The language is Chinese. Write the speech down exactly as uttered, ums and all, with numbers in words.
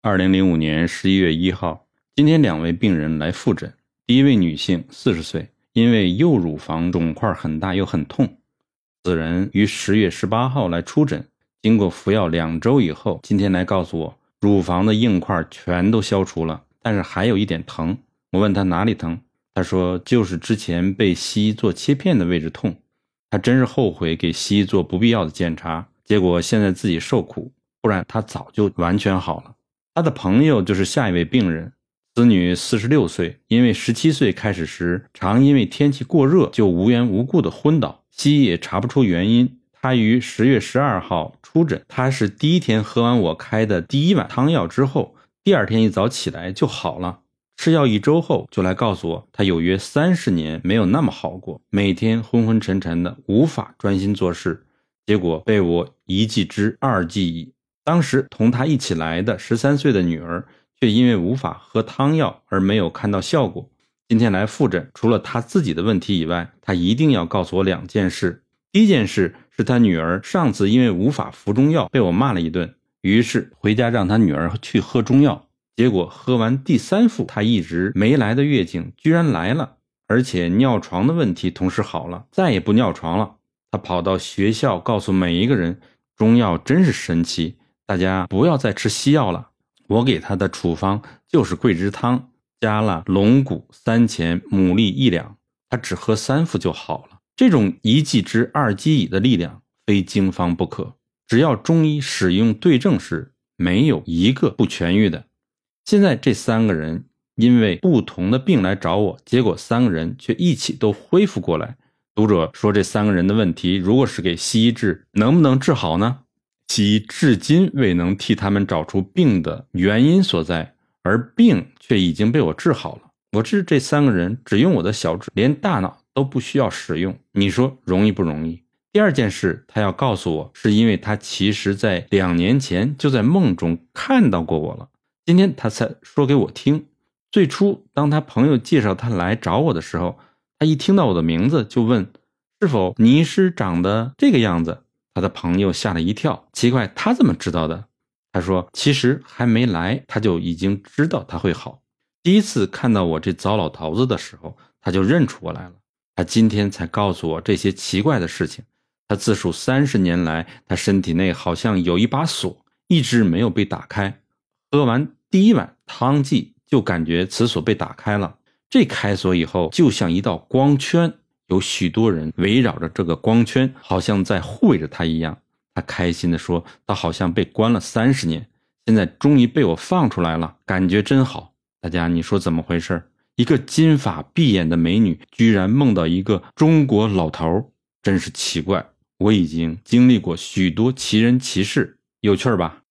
二零零五年十一月一号，今天两位病人来复诊。第一位女性四十岁，因为右乳房肿块很大又很痛。此人于十月十八号来出诊，经过服药两周以后，今天来告诉我，乳房的硬块全都消除了，但是还有一点疼。我问他哪里疼，他说就是之前被西医做切片的位置痛。他真是后悔给西医做不必要的检查，结果现在自己受苦，不然他早就完全好了。他的朋友就是下一位病人，此女四十六岁，因为十七岁开始时常因为天气过热就无缘无故的昏倒，西医也查不出原因。她于十月十二号出诊，她是第一天喝完我开的第一碗汤药之后，第二天一早起来就好了。吃药一周后就来告诉我，她有约三十年没有那么好过，每天昏昏沉沉的，无法专心做事，结果被我一剂之二剂矣。当时同他一起来的十三岁的女儿却因为无法喝汤药而没有看到效果。今天来复诊，除了他自己的问题以外，他一定要告诉我两件事。第一件事是他女儿上次因为无法服中药被我骂了一顿，于是回家让他女儿去喝中药，结果喝完第三副，他一直没来的月经居然来了，而且尿床的问题同时好了，再也不尿床了。他跑到学校告诉每一个人，中药真是神奇，大家不要再吃西药了。我给他的处方就是桂枝汤，加了龙骨、三钱、牡蛎一两，他只喝三副就好了。这种一剂之二剂矣的力量，非经方不可。只要中医使用对症时，没有一个不痊愈的。现在这三个人因为不同的病来找我，结果三个人却一起都恢复过来。读者说这三个人的问题如果是给西医治，能不能治好呢？西医至今未能替他们找出病的原因所在，而病却已经被我治好了。我治这三个人只用我的小指，连大脑都不需要使用，你说容易不容易？第二件事他要告诉我，是因为他其实在两年前就在梦中看到过我了，今天他才说给我听。最初当他朋友介绍他来找我的时候，他一听到我的名字就问，是否倪医师长得这个样子？他的朋友吓了一跳，奇怪他怎么知道的？他说其实还没来他就已经知道他会好。第一次看到我这糟老头子的时候，他就认出我来了。他今天才告诉我这些奇怪的事情。他自述三十年来，他身体内好像有一把锁，一直没有被打开。喝完第一碗汤剂就感觉此锁被打开了，这开锁以后就像一道光圈，有许多人围绕着这个光圈，好像在护卫着他一样。他开心地说，他好像被关了三十年，现在终于被我放出来了，感觉真好。大家你说怎么回事？一个金发碧眼的美女居然梦到一个中国老头，真是奇怪。我已经经历过许多奇人奇事，有趣吧？